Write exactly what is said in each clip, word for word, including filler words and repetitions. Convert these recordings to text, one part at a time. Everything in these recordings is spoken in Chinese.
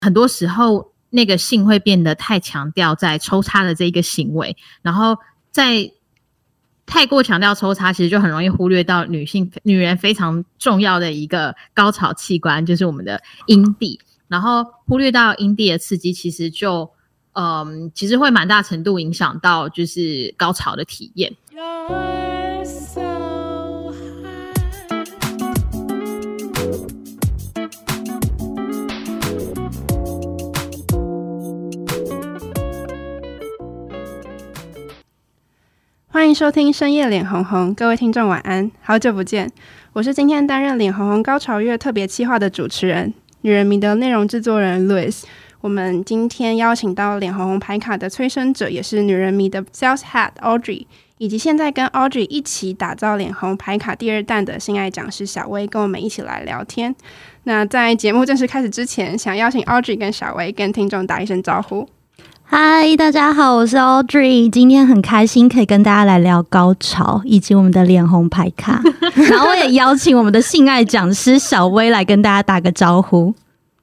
很多时候那个性会变得太强调在抽插的这一个行为，然后在太过强调抽插，其实就很容易忽略到女性女人非常重要的一个高潮器官，就是我们的阴蒂。然后忽略到阴蒂的刺激，其实就嗯，其实会蛮大程度影响到就是高潮的体验。 欢迎收听深夜脸红红，各位听众晚安，好久不见，我是今天担任脸红红高潮月特别企划的主持人，女人迷的内容制作人 Louis。 我们今天邀请到脸红红牌卡的催生者，也是女人迷的 Sales Head Audrey， 以及现在跟 Audrey 一起打造脸红牌卡第二弹的性爱讲师小薇，跟我们一起来聊天。那在节目正式开始之前，想邀请 Audrey 跟小薇跟听众打一声招呼。 嗨，大家好，我是 Audrey， 今天很开心可以跟大家来聊高潮以及我们的脸红牌卡然后我也邀请我们的性爱讲师小薇来跟大家打个招呼。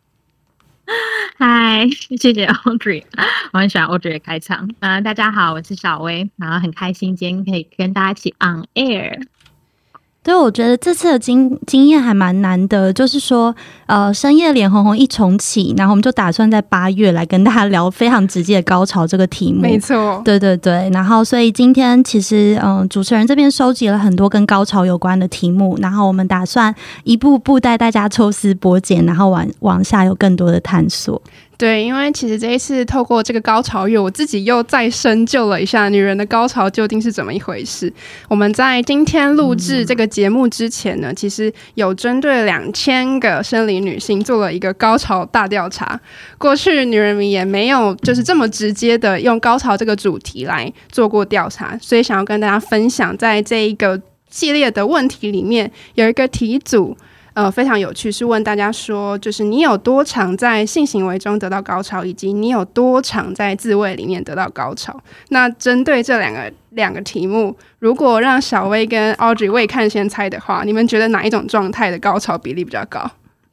嗨，谢谢 Audrey， 我很喜欢 Audrey 的开场。呃，大家好，我是小薇，然后很开心今天可以跟大家一起 on air。 对，我觉得这次的经经验还蛮难得，就是说，呃，深夜脸红红一重启，然后我们就打算在八月来跟大家聊非常直接的高潮这个题目。 没错， 对对对。然后，所以今天其实，嗯、呃，主持人这边收集了很多跟高潮有关的题目，然后我们打算一步步带大家抽丝剥茧，然后往往下有更多的探索。 对，因为其实这一次透过这个高潮月，我自己又再深究了一下女人的高潮究竟是怎么一回事。我们在今天录制这个节目之前呢，其实有针对两千个生理女性做了一个高潮大调查。过去女人迷也没有就是这么直接的用高潮这个主题来做过调查，所以想要跟大家分享，在这一个系列的问题里面有一个题组。呃，非常有趣，是问大家说，就是你有多常在性行为中得到高潮，以及你有多常在自慰里面得到高潮。那针对这两个两个题目，如果让小薇跟 Audrey 未看先猜的话，你们觉得哪一种状态的高潮比例比较高？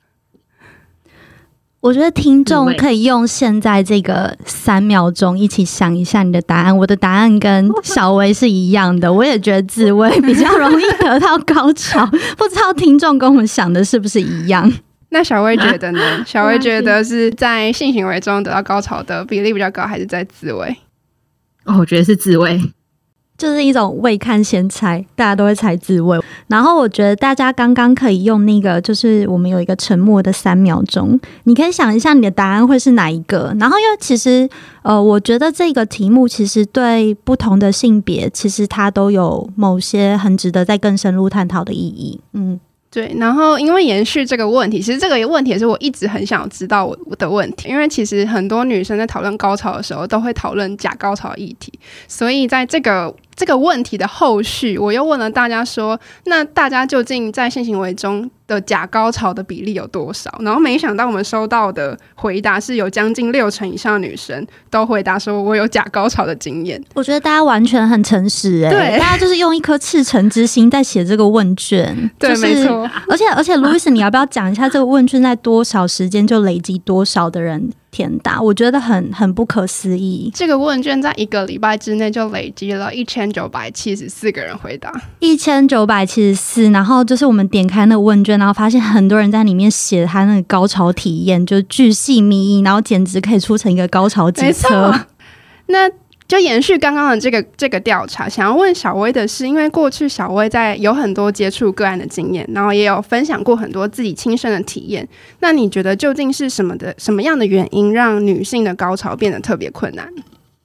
我觉得听众可以用现在这个三秒钟一起想一下你的答案。我的答案跟小薇是一样的，我也觉得自慰比较容易得到高潮，不知道听众跟我们想的是不是一样？ 那小薇觉得呢？小薇觉得是在性行为中得到高潮的比例比较高，还是在自慰？ 哦，我觉得是自慰。 就是一种未看先猜，大家都会猜自慰。然后我觉得大家刚刚可以用那个，就是我们有一个沉默的三秒钟，你可以想一下你的答案会是哪一个。然后因为其实呃，我觉得这个题目其实对不同的性别，其实它都有某些很值得再更深入探讨的意义。嗯。 对，然后因为延续这个问题，其实这个问题也是我一直很想知道我的问题，因为其实很多女生在讨论高潮的时候都会讨论假高潮议题，所以在这个这个问题的后续，我又问了大家说，那大家究竟在性行为中的假高潮的比例有多少？然后没想到我们收到的回答是有将近六成以上的女生都回答说我有假高潮的经验。 我觉得大家完全很诚实哎、欸，对，大家就是用一颗赤诚之心在写这个问卷， 对， 就是、 没错。 而且而且 Louis 你要不要讲一下这个问卷在多少时间就累积多少的人填答？我觉得很很不可思议。 这个问卷在一个礼拜之内就累积了一千九百七十四个人回答， 一千九百七十四。然后就是我们点开那个问卷，然后发现很多人在里面写他那个高潮体验，就巨细靡遗，然后简直可以出成一个高潮机车。 那就延续刚刚的这个这个调查，想要问小薇的是，因为过去小薇在有很多接触个案的经验，然后也有分享过很多自己亲身的体验。那你觉得究竟是什么的什么样的原因让女性的高潮变得特别困难？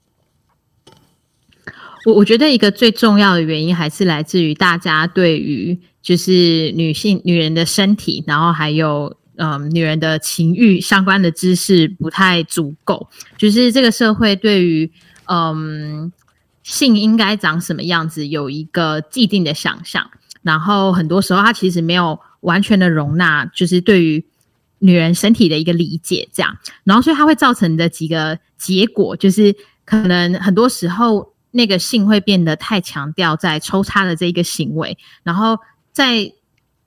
我我觉得一个最重要的原因还是来自于大家对于就是女性女人的身体，然后还有嗯女人的情欲相关的知识不太足够，就是这个社会对于嗯性应该长什么样子有一个既定的想象，然后很多时候它其实没有完全的容纳就是对于女人身体的一个理解这样，然后所以它会造成的几个结果就是可能很多时候那个性会变得太强调在抽插的这一个行为，然后在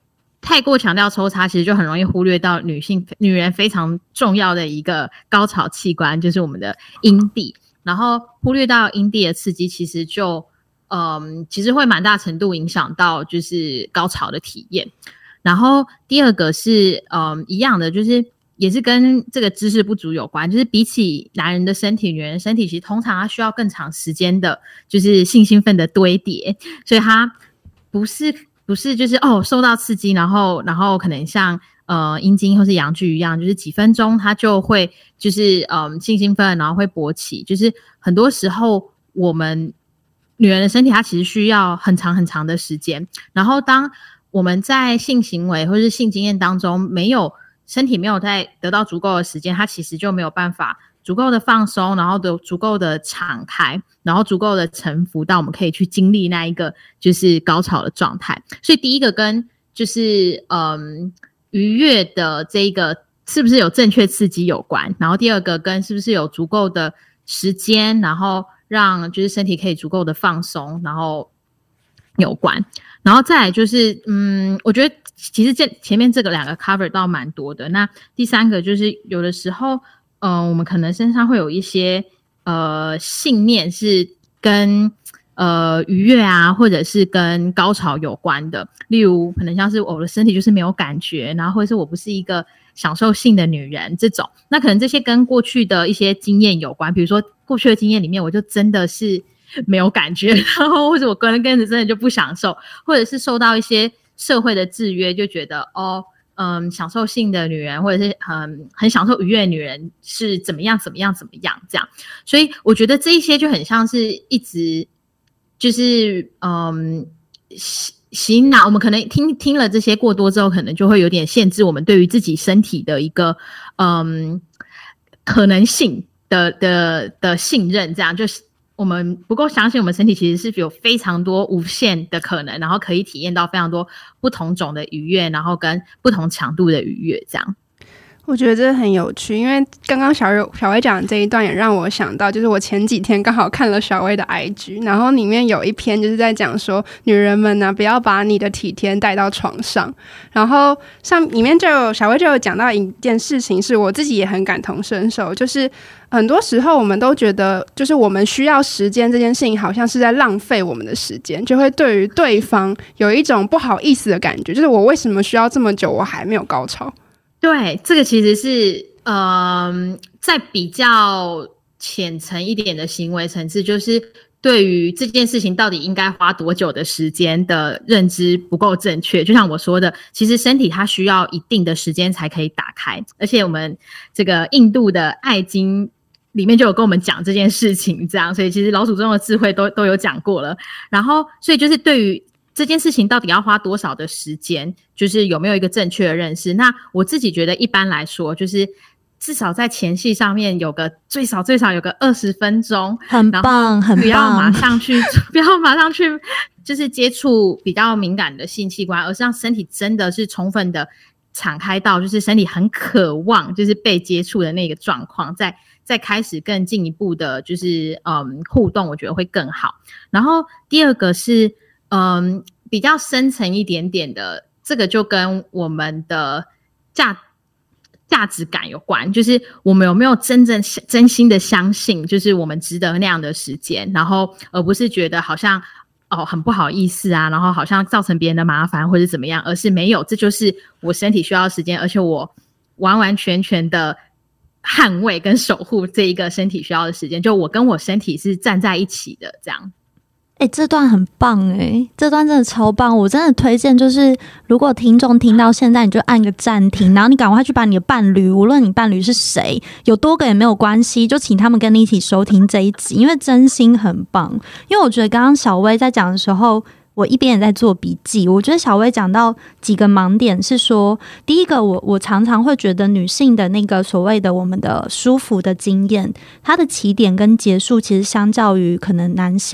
太过强调抽插，其实就很容易忽略到女性女人非常重要的一个高潮器官，就是我们的阴蒂。然后忽略到阴蒂的刺激，其实就嗯，其实会蛮大程度影响到就是高潮的体验。然后第二个是嗯一样的，就是也是跟这个知识不足有关，就是比起男人的身体，女人的身体其实通常它需要更长时间的就是性兴奋的堆叠，所以它不是不是就是哦受到刺激，然后然后可能像呃阴茎或是阳具一样，就是几分钟它就会就是嗯性兴奋，然后会勃起。就是很多时候我们女人的身体它其实需要很长很长的时间，然后当我们在性行为或是性经验当中没有身体没有在得到足够的时间，它其实就没有办法足够的放松，然后的足够的敞开，然后足够的臣服到我们可以去经历那一个就是高潮的状态。所以第一个跟就是嗯愉悦的这一个是不是有正确刺激有关，然后第二个跟是不是有足够的时间，然后让就是身体可以足够的放松，然后有关。然后再来就是嗯我觉得其实这前面这个两个 cover 到蛮多的。那第三个就是有的时候嗯、呃，我们可能身上会有一些呃信念是跟呃愉悦啊或者是跟高潮有关的，例如可能像是我的身体就是没有感觉，然后或者是我不是一个享受性的女人这种。那可能这些跟过去的一些经验有关，比如说过去的经验里面我就真的是没有感觉，然后或者我个人跟着真的就不享受，或者是受到一些社会的制约，就觉得哦嗯，享受性的女人或者是嗯很享受愉悦的女人是怎么样怎么样怎么样这样。所以我觉得这一些就很像是一直就是嗯洗洗脑，我们可能听听了这些过多之后，可能就会有点限制我们对于自己身体的一个嗯可能性的的的信任，这样就是我们不够相信我们身体其实是有非常多无限的可能，然后可以体验到非常多不同种的愉悦，然后跟不同强度的愉悦这样。 我觉得这很有趣，因为刚刚小薇小薇讲的这一段也让我想到，就是我前几天刚好看了小薇的 I G， 然后里面有一篇就是在讲说女人们呢、啊、不要把你的体贴带到床上，然后上里面就有小薇就有讲到一件事情，是我自己也很感同身受，就是很多时候我们都觉得就是我们需要时间这件事情好像是在浪费我们的时间，就会对于对方有一种不好意思的感觉，就是我为什么需要这么久我还没有高潮。 对，这个其实是嗯，在比较浅层一点的行为层次，就是对于这件事情到底应该花多久的时间的认知不够正确。就像我说的，其实身体它需要一定的时间才可以打开，而且我们这个印度的爱经里面就有跟我们讲这件事情，这样，所以其实老祖宗的智慧都都有讲过了。然后，所以就是对于这件事情到底要花多少的时间，就是有没有一个正确的认识。那我自己觉得一般来说就是至少在前戏上面有个最少最少有个二十分钟， 很棒很棒， 不要马上去不要马上去就是接触比较敏感的性器官，而是让身体真的是充分的敞开到就是身体很渴望就是被接触的那个状况，再再开始更进一步的就是嗯互动，我觉得会更好。然后第二个是嗯，比较深层一点点的，这个就跟我们的价价值感有关，就是我们有没有真正真心的相信，就是我们值得那样的时间，然后而不是觉得好像哦很不好意思啊，然后好像造成别人的麻烦或者怎么样，而是没有，这就是我身体需要的时间，而且我完完全全的捍卫跟守护这一个身体需要的时间，就我跟我身体是站在一起的这样。 欸，这段很棒欸，这段真的超棒，我真的推荐，就是如果听众听到现在，你就按个暂停，然后你赶快去把你的伴侣，无论你伴侣是谁，有多个也没有关系，就请他们跟你一起收听这一集，因为真心很棒。因为我觉得刚刚小薇在讲的时候，我一边也在做笔记，我觉得小薇讲到几个盲点是说，第一个我我常常会觉得女性的那个所谓的我们的舒服的经验，它的起点跟结束其实相较于可能男性，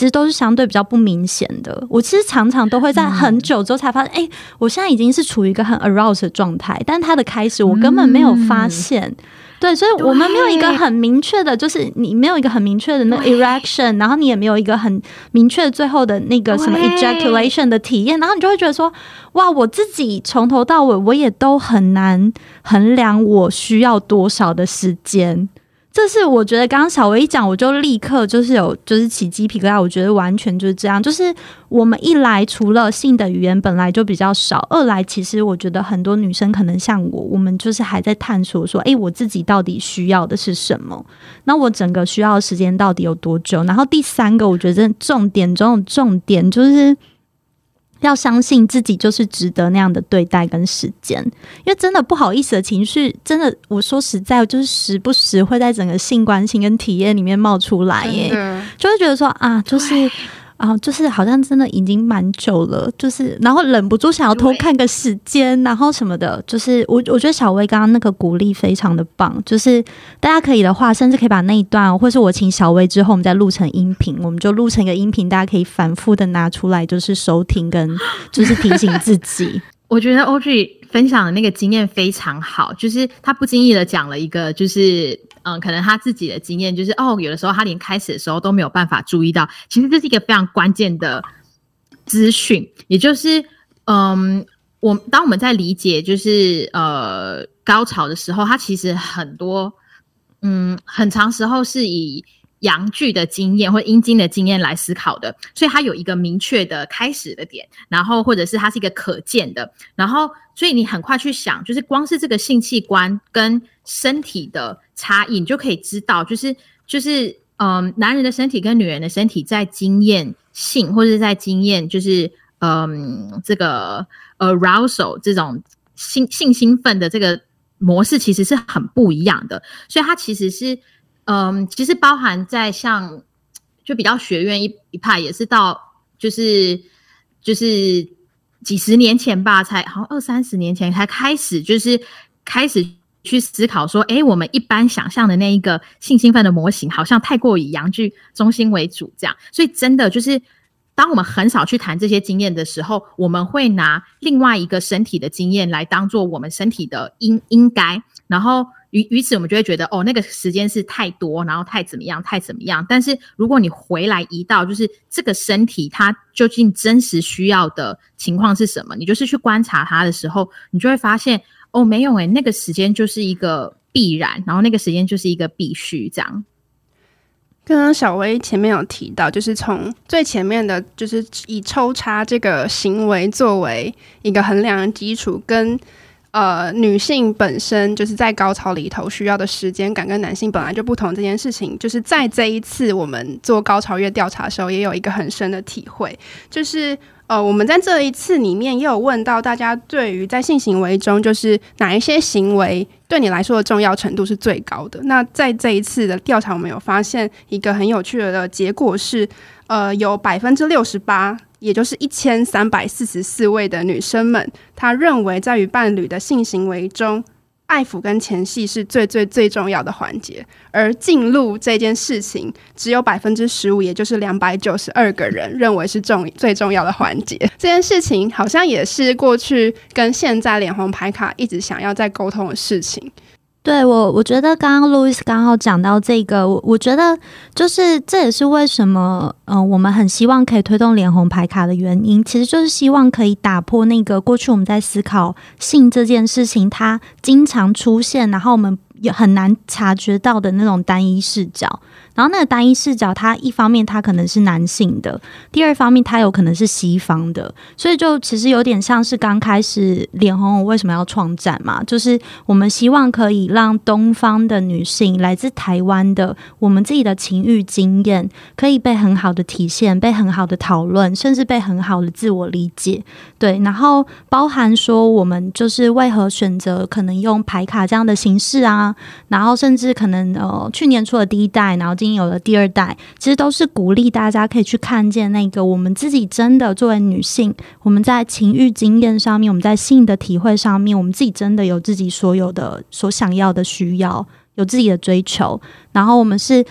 其实都是相对比较不明显的。我其实常常都会在很久之后才发现，哎、嗯欸，我现在已经是处于一个很 aroused 的状态，但它的开始我根本没有发现。嗯对，所以我们没有一个很明确的，就是你没有一个很明确的那个 erection， 然后你也没有一个很明确的最后的那个什么 ejaculation 的体验，然后你就会觉得说，哇，我自己从头到尾我也都很难衡量我需要多少的时间。这是我觉得刚刚小薇一讲，我就立刻就是有就是起鸡皮疙瘩。我觉得完全就是这样，就是我们一来除了性的语言本来就比较少，二来其实我觉得很多女生可能像我，我们就是还在探索说，哎、欸，我自己到底需要的是什么？那我整个需要的时间到底有多久？然后第三个，我觉得重点中的重点就是要相信自己就是值得那样的对待跟时间，因为真的不好意思的情绪，真的我说实在，就是时不时会在整个性关系跟体验里面冒出来耶，就会觉得说啊，就是啊，就是好像真的已经蛮久了，就是然后忍不住想要偷看个时间，然后什么的，就是我我觉得小薇刚刚那个鼓励非常的棒，就是大家可以的话，甚至可以把那一段，或是我请小薇之后，我们再录成音频，我们就录成一个音频，大家可以反复的拿出来，就是收听跟就是提醒自己。 我觉得 Audrey 分享的那个经验非常好，就是他不经意的讲了一个，就是嗯，可能他自己的经验，就是哦，有的时候他连开始的时候都没有办法注意到，其实这是一个非常关键的资讯，也就是嗯，我当我们在理解就是呃高潮的时候，它其实很多嗯很长时候是以阳具的经验或阴茎的经验来思考的，所以它有一个明确的开始的点，然后或者是它是一个可见的，然后所以你很快去想，就是光是这个性器官跟身体的差异，你就可以知道，就是就是嗯，男人的身体跟女人的身体在经验性或者是在经验就是嗯这个 arousal 这种性性兴奋的这个模式其实是很不一样的，所以它其实是嗯，其实包含在像就比较学院一一派，也是到就是就是几十年前吧，才好像二三十年前才开始，就是开始去思考说，哎，我们一般想象的那一个性兴奋的模型，好像太过以阳具中心为主，这样，所以真的就是当我们很少去谈这些经验的时候，我们会拿另外一个身体的经验来当做我们身体的应应该，然后。于于此我们就会觉得哦，那个时间是太多，然后太怎么样太怎么样，但是如果你回来移到就是这个身体它究竟真实需要的情况是什么，你就是去观察它的时候，你就会发现哦，没有诶，那个时间就是一个必然，然后那个时间就是一个必须，这样。 刚刚小薇前面有提到，就是从最前面的就是以抽插这个行为作为一个衡量的基础，跟呃，女性本身就是在高潮里头需要的时间感跟男性本来就不同这件事情，就是在这一次我们做高潮月调查的时候也有一个很深的体会，就是呃，我们在这一次里面也有问到大家对于在性行为中就是哪一些行为对你来说的重要程度是最高的。那在这一次的调查我们有发现一个很有趣的结果是呃，有 百分之六十八也就是一千三百四十四位的女生们，她认为在与伴侣的性行为中，爱抚跟前戏是最最最重要的环节，而进入这件事情只有 百分之十五， 也就是两百九十二个人认为是重最重要的环节。这件事情好像也是过去跟现在脸红牌卡一直想要再沟通的事情。 对，我我觉得刚刚路易斯刚好讲到这个，我我觉得就是这也是为什么呃我们很希望可以推动脸红牌卡的原因，其实就是希望可以打破那个过去我们在思考性这件事情它经常出现，然后我们也很难察觉到的那种单一视角。然后那个单一视角它一方面它可能是男性的，第二方面它有可能是西方的，所以就其实有点像是刚开始脸红红为什么要创展嘛，就是我们希望可以让东方的女性来自台湾的我们自己的情欲经验可以被很好的体现，被很好的讨论，甚至被很好的自我理解。对，然后包含说我们就是为何选择可能用牌卡这样的形式啊，然后甚至可能呃去年出了第一代，然后今年有了第二代，其实都是鼓励大家可以去看见那个我们自己真的作为女性，我们在情欲经验上面，我们在性的体会上面，我们自己真的有自己所有的所想要的需要，有自己的追求，然后我们是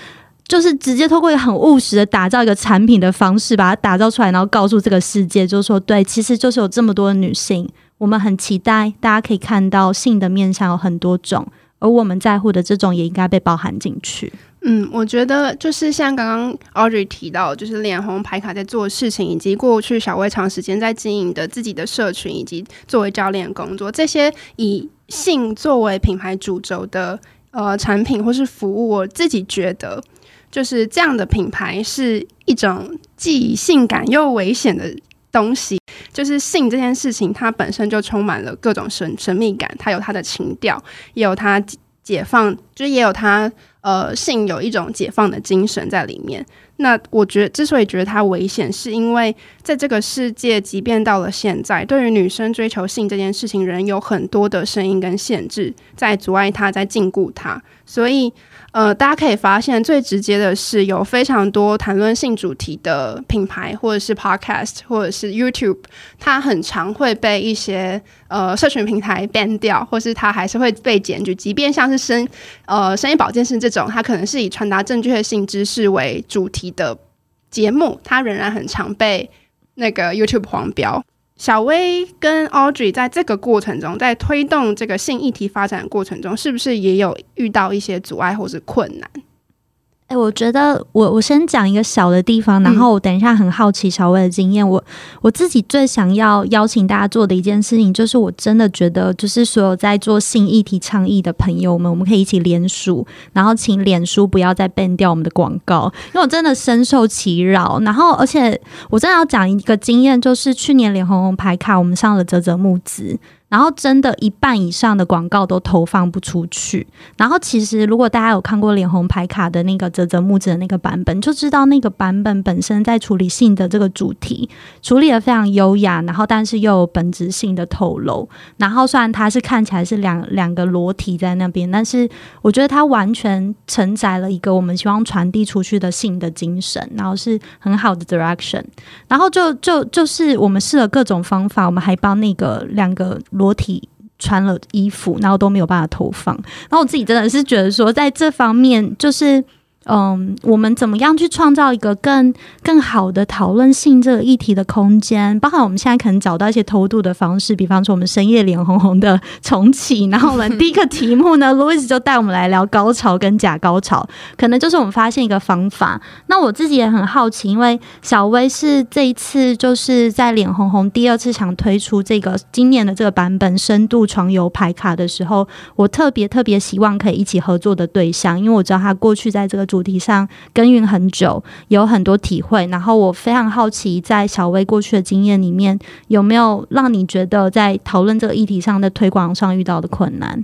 就是直接透过一个很务实的打造一个产品的方式把它打造出来，然后告诉这个世界，就是说对，其实就是有这么多的女性，我们很期待大家可以看到性的面向有很多种，而我们在乎的这种也应该被包含进去。 嗯，我觉得就是像刚刚 Audrey 提到，就是脸红牌卡在做的事情，以及过去小薇长时间在经营的自己的社群，以及作为教练工作，这些以性作为品牌主轴的呃产品或是服务，我自己觉得就是这样的品牌是一种既性感又危险的东西。就是性这件事情它本身就充满了各种神神秘感，它有它的情调，也有它解放，就也有它呃性有一种解放的精神在里面。那我觉得之所以觉得它危险，是因为在这个世界即便到了现在，对于女生追求性这件事情仍有很多的声音跟限制在阻碍它，在禁锢它。所以呃，大家可以发现最直接的是有非常多谈论性主题的品牌或者是 podcast 或者是 YouTube， 它很常会被一些呃社群平台 ban 掉，或是它还是会被检举，即便像是生呃生意保健室这种它可能是以传达正确性知识为主题的节目，它仍然很常被那个 YouTube 黄标。小薇跟 Audrey 在这个过程中，在推动这个性议题发展的过程中，是不是也有遇到一些阻碍或是困难？ 欸，我觉得我我先讲一个小的地方，然后我等一下很好奇小薇的经验。我我自己最想要邀请大家做的一件事情，就是我真的觉得，就是所有在做性议题倡议的朋友们，我们可以一起联署，然后请脸书不要再 ban 掉我们的广告，因为我真的深受其扰。然后，而且我真的要讲一个经验，就是去年脸红红牌卡，我们上了嘖嘖募资。然后真的一半以上的广告都投放不出去。然后其实如果大家有看过脸红牌卡的那个嘖嘖募资的那个版本，就知道那个版本本身在处理性的这个主题处理得非常优雅，然后但是又有本质性的透露。然后虽然它是看起来是两两个裸体在那边，但是我觉得它完全承载了一个我们希望传递出去的性的精神，然后是很好的 direction。然后就就就是我们试了各种方法，我们还帮那个两个裸体穿了衣服，然后都没有办法投放。然后我自己真的是觉得说，在这方面就是嗯，我们怎么样去创造一个更更好的讨论性这个议题的空间，包含我们现在可能找到一些偷渡的方式，比方说我们深夜脸红红的重启，然后我们第一个题目呢Louis 就带我们来聊高潮跟假高潮，可能就是我们发现一个方法。那我自己也很好奇，因为小薇是这一次就是在脸红红第二次想推出这个今年的这个版本深度床游牌卡的时候，我特别特别希望可以一起合作的对象，因为我知道他过去在这个主题上耕耘很久，有很多体会。然后我非常好奇，在小薇过去的经验里面，有没有让你觉得在讨论这个议题上的推广上遇到的困难？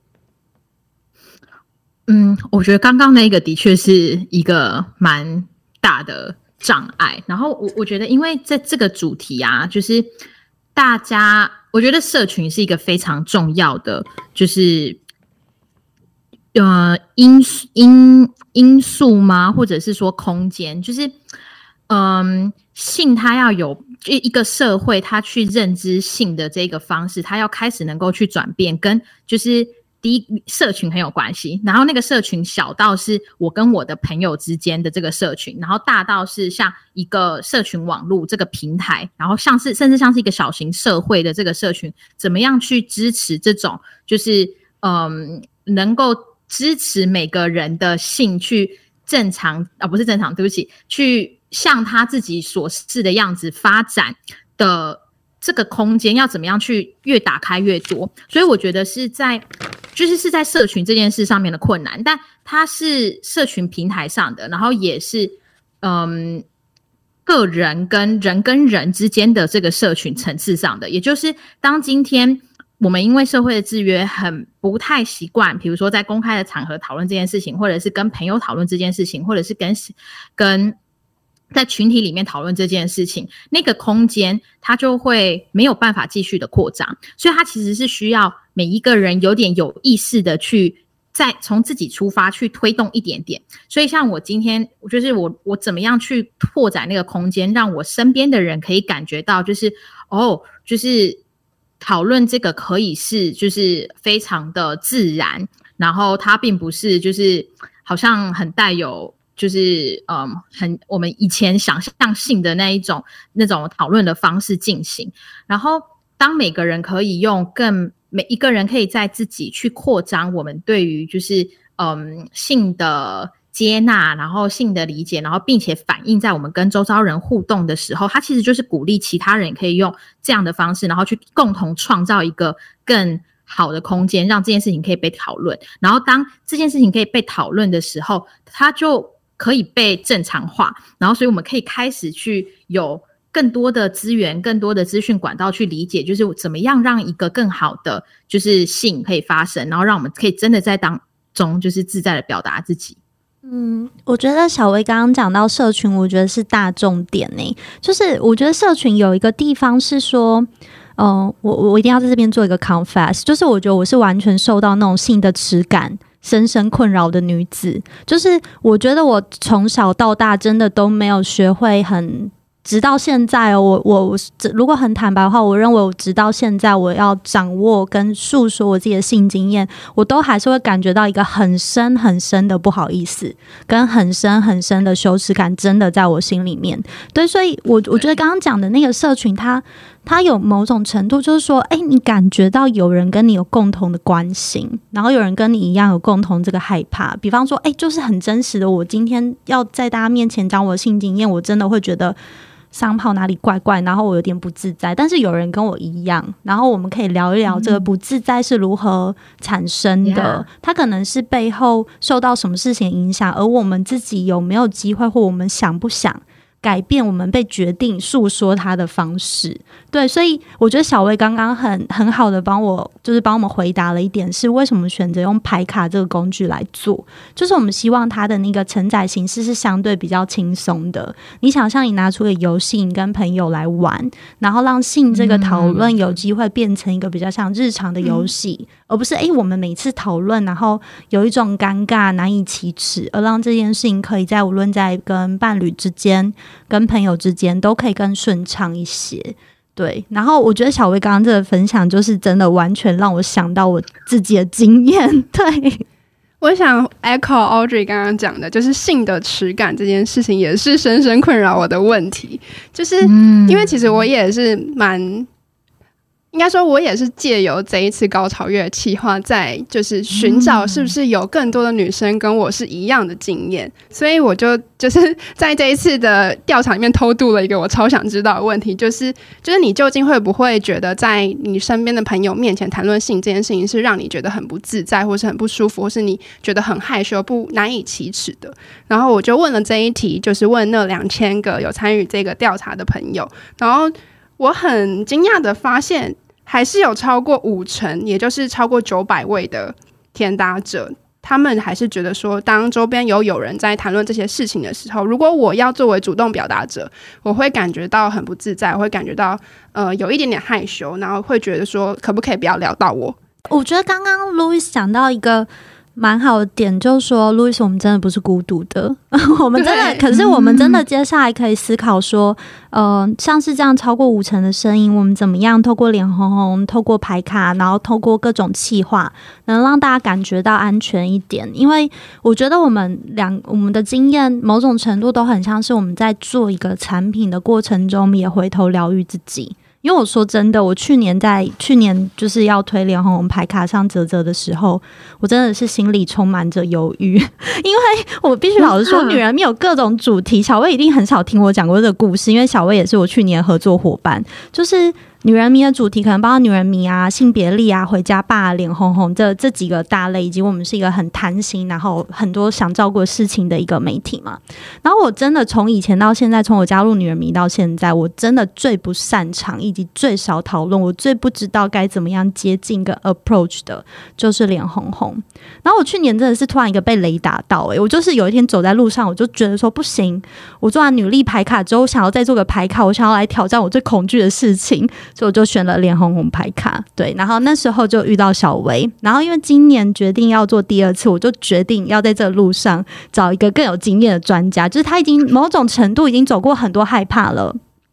嗯，我觉得刚刚那个的确是一个蛮大的障碍。然后我我觉得，因为在这个主题啊，就是大家，我觉得社群是一个非常重要的，就是呃因因因素吗？或者是说空间，就是嗯，性它要有一个社会，它去认知性的这个方式，它要开始能够去转变，跟就是第一社群很有关系。然后那个社群小到是我跟我的朋友之间的这个社群，然后大到是像一个社群网络这个平台，然后像是甚至像是一个小型社会的这个社群，怎么样去支持这种就是嗯能够支持每个人的性去正常啊，不是正常，对不起，去像他自己所示的样子发展的这个空间，要怎么样去越打开越多。所以我觉得是在就是是在社群这件事上面的困难，但它是社群平台上的，然后也是嗯个人跟人跟人之间的这个社群层次上的。也就是当今天我们因为社会的制约很不太习惯，比如说在公开的场合讨论这件事情，或者是跟朋友讨论这件事情，或者是跟跟在群体里面讨论这件事情，那个空间它就会没有办法继续的扩张。所以它其实是需要每一个人有点有意识的去再从自己出发去推动一点点。所以像我今天就是我我怎么样去拓展那个空间，让我身边的人可以感觉到就是哦就是讨论这个可以是就是非常的自然，然后它并不是就是好像很带有就是嗯，很我们以前想象性的那一种那种讨论的方式进行。然后当每个人可以用更每一个人可以在自己去扩张我们对于就是嗯性的接纳，然后性的理解，然后并且反映在我们跟周遭人互动的时候，它其实就是鼓励其他人可以用这样的方式，然后去共同创造一个更好的空间，让这件事情可以被讨论。然后当这件事情可以被讨论的时候，它就可以被正常化，然后所以我们可以开始去有更多的资源，更多的资讯管道去理解，就是怎么样让一个更好的就是性可以发生，然后让我们可以真的在当中就是自在的表达自己。 嗯，我觉得小薇刚刚讲到社群，我觉得是大重点呢、欸。就是我觉得社群有一个地方是说，嗯、呃，我我一定要在这边做一个 confess， 就是我觉得我是完全受到那种性的耻感深深困扰的女子。就是我觉得我从小到大真的都没有学会很。直到现在哦，我我我如果很坦白的话，我认为我直到现在我要掌握跟述说我自己的性经验，我都还是会感觉到一个很深很深的不好意思，跟很深很深的羞耻感，真的在我心里面。对，所以我我觉得刚刚讲的那个社群，它它有某种程度就是说，哎，你感觉到有人跟你有共同的关心，然后有人跟你一样有共同这个害怕。比方说，哎，就是很真实的，我今天要在大家面前讲我的性经验，我真的会觉得。商炮哪里怪怪，然后我有点不自在，但是有人跟我一样，然后我们可以聊一聊这个不自在是如何产生的、嗯、它可能是背后受到什么事情影响，而我们自己有没有机会，或我们想不想改变我们被决定诉说它的方式。对，所以我觉得小薇刚刚很很好的帮我就是帮我们回答了一点，是为什么选择用牌卡这个工具来做，就是我们希望它的那个承载形式是相对比较轻松的。你想象你拿出个游戏，你跟朋友来玩，然后让性这个讨论有机会变成一个比较像日常的游戏、嗯、而不是诶我们每次讨论然后有一种尴尬难以启齿，而让这件事情可以在无论在跟伴侣之间跟朋友之间都可以更顺畅一些。对，然后我觉得小薇刚刚这个分享就是真的完全让我想到我自己的经验。对， 我想 echo Audrey 刚刚讲的，就是性的耻感这件事情也是深深困扰我的问题。就是因为其实我也是蛮应该说我也是借由这一次高潮月企划，在就是寻找是不是有更多的女生跟我是一样的经验、嗯、所以我就就是在这一次的调查里面偷渡了一个我超想知道的问题，就是就是你究竟会不会觉得在你身边的朋友面前谈论性这件事情是让你觉得很不自在，或是很不舒服，或是你觉得很害羞不难以启齿的。然后我就问了这一题，就是问那两千个有参与这个调查的朋友，然后我很惊讶的发现还是有超过五成，也就是超过九百位的填答者，他们还是觉得说当周边有有人在谈论这些事情的时候，如果我要作为主动表达者，我会感觉到很不自在，我会感觉到呃有一点点害羞，然后会觉得说可不可以不要聊到我。 我觉得刚刚 Louis 讲到一个蛮好的点，就是说 Louis 我们真的不是孤独的我们真的，可是我们真的接下来可以思考说呃，像是这样超过五成的声音，我们怎么样透过脸红红，透过牌卡，然后透过各种企划，能让大家感觉到安全一点。因为我觉得我们两我们的经验某种程度都很像是我们在做一个产品的过程中也回头疗愈自己。因为我说真的，我去年在去年就是要推脸红红牌卡上嘖嘖的时候，我真的是心里充满着犹豫，因为我必须老实说，女人迷有各种主题，小薇一定很少听我讲过这个故事，因为小薇也是我去年合作伙伴，就是女人迷的主题可能包括女人迷啊、性别力啊、回家吧、脸红红这这几个大类，以及我们是一个很贪心，然后很多想照顾事情的一个媒体嘛。然后我真的从以前到现在，从我加入女人迷到现在，我真的最不擅长以及最少讨论，我最不知道该怎么样接近跟 approach 的就是脸红红。然后我去年真的是突然一个被雷打到、欸、我就是有一天走在路上，我就觉得说不行，我做完女力牌卡之后，我想要再做个牌卡，我想要来挑战我最恐惧的事情，所以我就选了脸红红牌卡。对，然后那时候就遇到小薇，然后因为今年决定要做第二次，我就决定要在这个路上找一个更有经验的专家，就是他已经某种程度已经走过很多害怕了，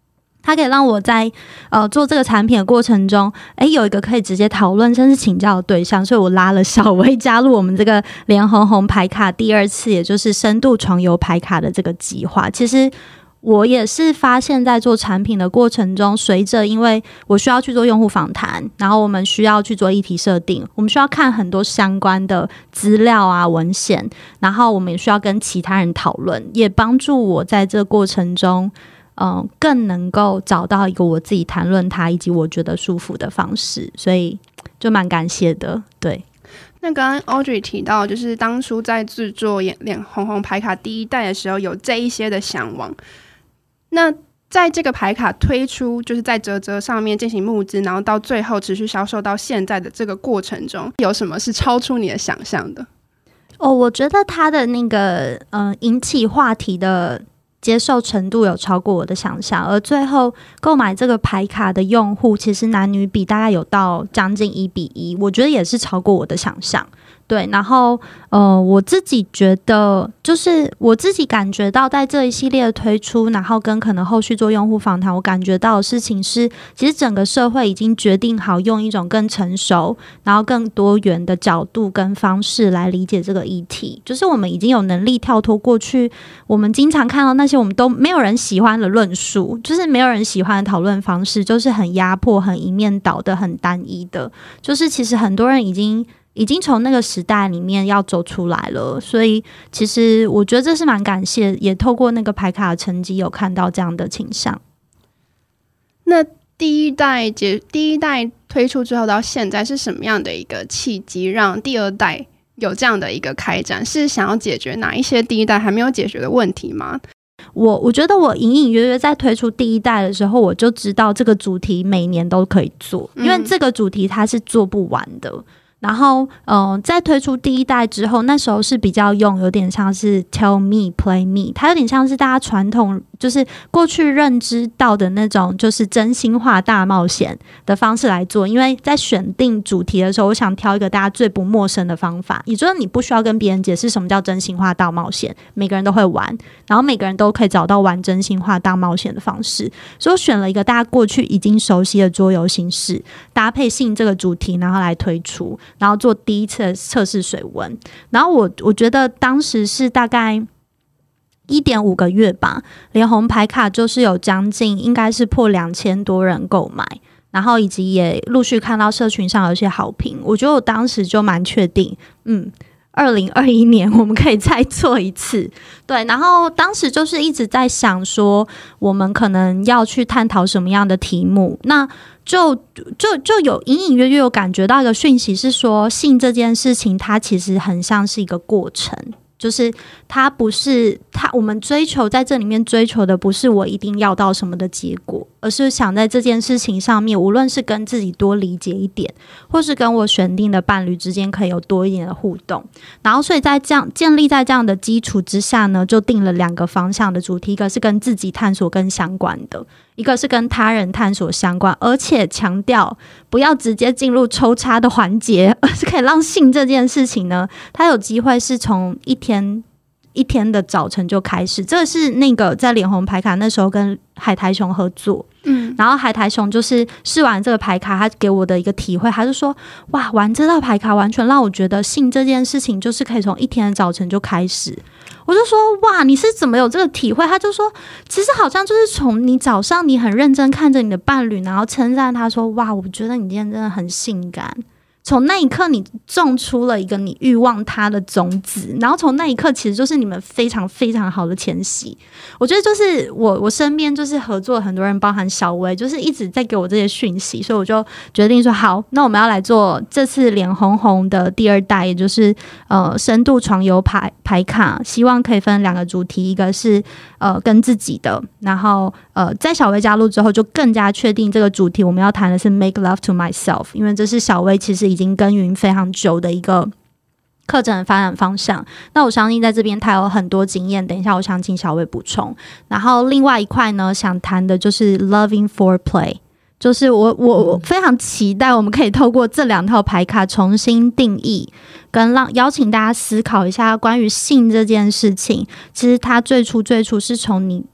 它可以让我在呃做这个产品的过程中，诶有一个可以直接讨论甚至请教的对象，所以我拉了小薇加入我们这个脸红红牌卡第二次，也就是深度床游牌卡的这个计划。其实我也是发现在做产品的过程中，随着因为我需要去做用户访谈，然后我们需要去做议题设定，我们需要看很多相关的资料啊文献，然后我们也需要跟其他人讨论，也帮助我在这个过程中嗯，更能够找到一个我自己谈论它以及我觉得舒服的方式，所以就蛮感谢的。对， 那刚刚 Audrey 提到，就是当初在制作脸红红牌卡第一代的时候，有这一些的向往。那在这个牌卡推出，就是在嘖嘖上面进行募资，然后到最后持续销售到现在的这个过程中，有什么是超出你的想象的？ 哦，我觉得它的那个嗯、呃、引起话题的接受程度有超过我的想象，而最后购买这个牌卡的用户，其实男女比大概有到将近一比一，我觉得也是超过我的想象。对，然后呃，我自己觉得，就是我自己感觉到，在这一系列的推出，然后跟可能后续做用户访谈，我感觉到的事情是，其实整个社会已经决定好用一种更成熟，然后更多元的角度跟方式来理解这个议题。就是我们已经有能力跳脱过去，我们经常看到那些我们都没有人喜欢的论述，就是没有人喜欢的讨论方式，就是很压迫、很一面倒的、很单一的。就是其实很多人已经。已经从那个时代里面要走出来了，所以其实我觉得这是蛮感谢，也透过那个牌卡的成绩有看到这样的倾向。 那第一代结第一代推出之后到现在，是什么样的一个契机让第二代有这样的一个开展？是想要解决哪一些第一代还没有解决的问题吗？ 我我觉得我隐隐约约在推出第一代的时候，我就知道这个主题每年都可以做，因为这个主题它是做不完的。然后，呃，在推出第一代之后，那时候是比较用有点像是 tell me play me， 它有点像是大家传统就是过去认知到的那种就是真心话大冒险的方式来做。因为在选定主题的时候，我想挑一个大家最不陌生的方法，也就是你不需要跟别人解释什么叫真心话大冒险，每个人都会玩，然后每个人都可以找到玩真心话大冒险的方式。所以我选了一个大家过去已经熟悉的桌游形式，搭配性这个主题，然后来推出。然后做第一次的测试水温，然后我我觉得当时是大概一点五个月吧，连红牌卡就是有将近应该是破两千多人购买，然后以及也陆续看到社群上有一些好评。我觉得我当时就蛮确定，嗯。二零二一年我们可以再做一次，对，然后当时就是一直在想说，我们可能要去探讨什么样的题目，那就就就有隐隐约约有感觉到一个讯息是说，性这件事情它其实很像是一个过程。就是它不是它，我们追求在这里面追求的不是我一定要到什么的结果，而是想在这件事情上面，无论是跟自己多理解一点，或是跟我选定的伴侣之间可以有多一点的互动。然后所以在这样建立在这样的基础之下呢，就定了两个方向的主题，一个是跟自己探索跟相关的，一个是跟他人探索相关，而且强调不要直接进入抽插的环节，而是可以让性这件事情呢，它有机会是从一天一天的早晨就开始。这是那个在脸红牌卡那时候跟海苔熊合作，嗯，然后海苔熊就是试完这个牌卡，他给我的一个体会，他就说哇，玩这套牌卡完全让我觉得性这件事情就是可以从一天的早晨就开始。我就说哇，你是怎么有这个体会？他就说其实好像就是从你早上你很认真看着你的伴侣，然后称赞他说哇，我觉得你今天真的很性感，从那一刻你种出了一个你欲望他的种子，然后从那一刻其实就是你们非常非常好的前戏。我觉得就是我我身边就是合作很多人，包含小薇，就是一直在给我这些讯息，所以我就决定说好，那我们要来做这次脸红红的第二代，也就是呃深度床游牌牌卡，希望可以分两个主题，一个是呃跟自己的，然后呃在小薇加入之后就更加确定这个主题我们要谈的是 make love to myself， 因为这是小薇其实已经耕耘非常久的一个课程的发展方向。那我相信在这边他有很多经验，等一下我想请小薇补充。然后另外一块呢，想谈的就是 loving foreplay， 就是我我我非常期待我们可以透过这两套牌卡重新定义跟让邀请大家思考一下关于性这件事情。其实它最初最初是从你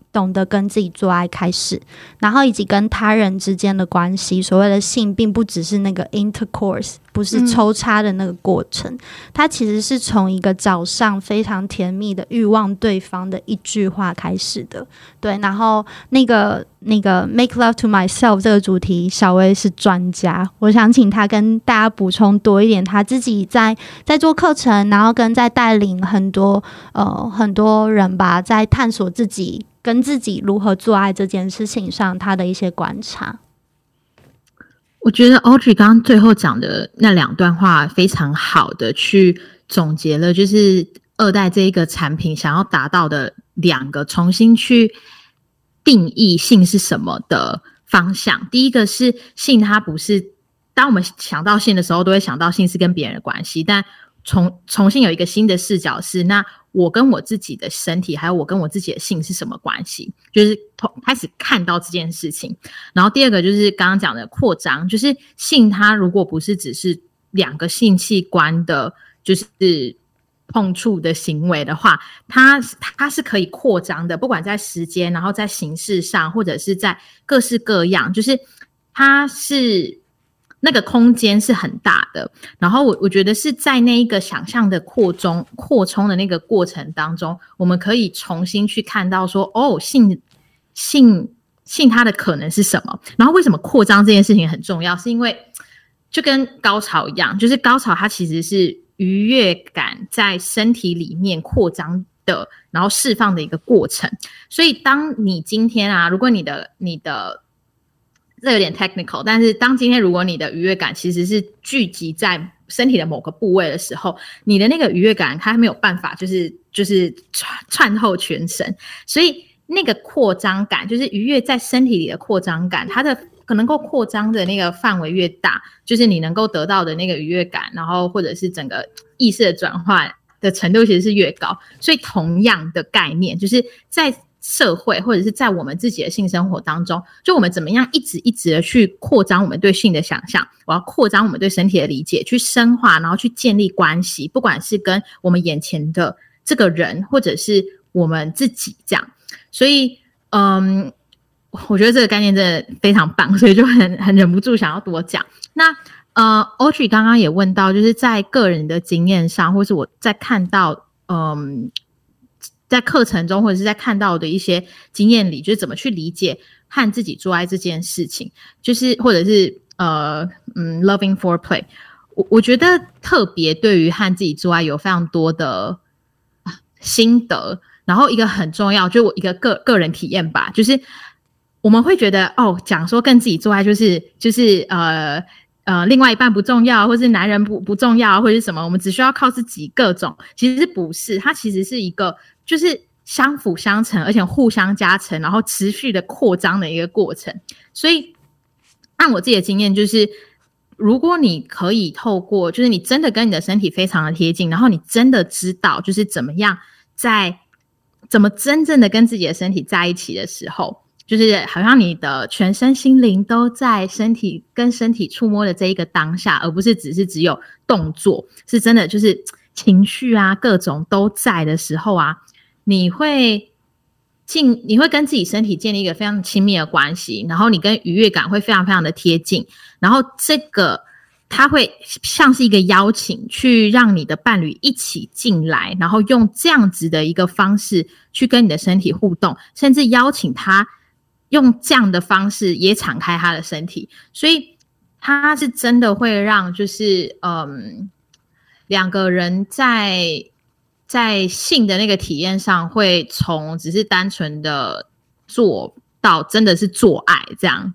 懂得跟自己做爱开始，然后以及跟他人之间的关系。所谓的性并不只是那个 intercourse， 不是抽插的那个过程、嗯、它其实是从一个早上非常甜蜜的欲望对方的一句话开始的。对，然后那个那个 make love to myself 这个主题，小薇是专家，我想请他跟大家补充多一点，他自己在在做课程，然后跟在带领很多呃很多人吧，在探索自己跟自己如何做爱这件事情上他的一些观察。 我觉得 Audrey 刚刚最后讲的那两段话非常好的去总结了，就是二代这一个产品想要达到的两个重新去定义性是什么的方向。第一个是性，它不是当我们想到性的时候都会想到性是跟别人的关系，但重重新有一个新的视角是，那我跟我自己的身体还有我跟我自己的性是什么关系，就是开始看到这件事情。然后第二个就是刚刚讲的扩张，就是性它如果不是只是两个性器官的就是碰触的行为的话，它它是可以扩张的，不管在时间然后在形式上或者是在各式各样，就是它是那个空间是很大的。然后我我觉得是在那一个想象的扩充扩充的那个过程当中，我们可以重新去看到说，哦，性性性它的可能是什么。然后为什么扩张这件事情很重要，是因为就跟高潮一样，就是高潮它其实是愉悦感在身体里面扩张的，然后释放的一个过程。所以当你今天啊，如果你的你的这有点 technical， 但是当今天如果你的愉悦感其实是聚集在身体的某个部位的时候，你的那个愉悦感它没有办法就是就是串透全身，所以那个扩张感，就是愉悦在身体里的扩张感，它的可能够扩张的那个范围越大，就是你能够得到的那个愉悦感，然后或者是整个意识的转换的程度其实是越高。所以同样的概念，就是在社会或者是在我们自己的性生活当中，就我们怎么样一直一直的去扩张我们对性的想象，我要扩张我们对身体的理解，去深化，然后去建立关系，不管是跟我们眼前的这个人或者是我们自己这样。所以嗯，我觉得这个概念真的非常棒，所以就很很忍不住想要多讲。那呃 Audrey 刚刚也问到，就是在个人的经验上，或是我在看到嗯在课程中或者是在看到的一些经验里，就是怎么去理解和自己做爱这件事情，就是或者是呃嗯 loving foreplay， 我我觉得特别对于和自己做爱有非常多的心得。然后一个很重要，就是我一个个个人体验吧，就是我们会觉得哦，讲说跟自己做爱就是就是呃呃另外一半不重要，或是男人不不重要，或者是什么，我们只需要靠自己各种，其实不是，它其实是一个就是相辅相成，而且互相加成，然后持续的扩张的一个过程。所以按我自己的经验，就是如果你可以透过就是你真的跟你的身体非常的贴近，然后你真的知道就是怎么样在怎么真正的跟自己的身体在一起的时候，就是好像你的全身心灵都在身体跟身体触摸的这一个当下，而不是只是只有动作，是真的就是情绪啊各种都在的时候啊，你会进你会跟自己身体建立一个非常亲密的关系，然后你跟愉悦感会非常非常的贴近，然后这个它会像是一个邀请，去让你的伴侣一起进来，然后用这样子的一个方式去跟你的身体互动，甚至邀请他用这样的方式也敞开他的身体。所以它是真的会让就是嗯两个人在在性的那个体验上，会从只是单纯的做到真的是做爱这样。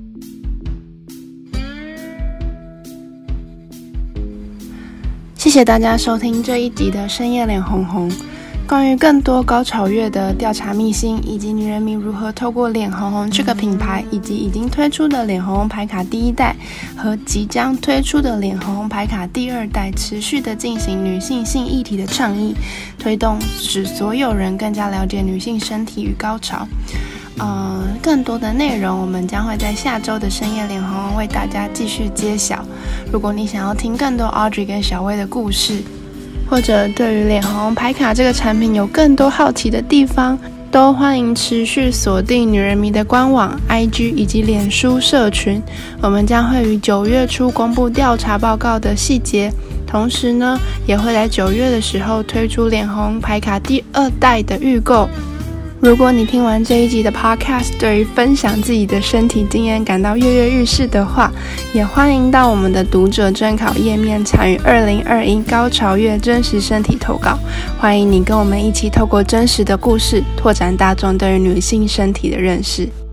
谢谢大家收听这一集的深夜脸红红。关于更多高潮乐的调查秘辛，以及女人迷如何透过脸红红这个品牌，以及已经推出的脸红红牌卡第一代和即将推出的脸红红牌卡第二代，持续的进行女性性议题的倡议，推动使所有人更加了解女性身体与高潮。呃，更多的内容我们将会在下周的深夜脸红红为大家继续揭晓。如果你想要听更多 Audrey 跟小薇的故事，或者对于脸红红牌卡这个产品有更多好奇的地方， 都欢迎持续锁定女人迷的官网、I G 以及脸书社群，我们将会于九月初公布调查报告的细节，同时呢，也会在九月的时候推出脸红牌卡第二代的预购。如果你听完这一集的 podcast， 对于分享自己的身体经验感到跃跃欲试的话，也欢迎到我们的读者征考页面参与二零二一高潮月真实身体投稿。欢迎你跟我们一起透过真实的故事，拓展大众对于女性身体的认识。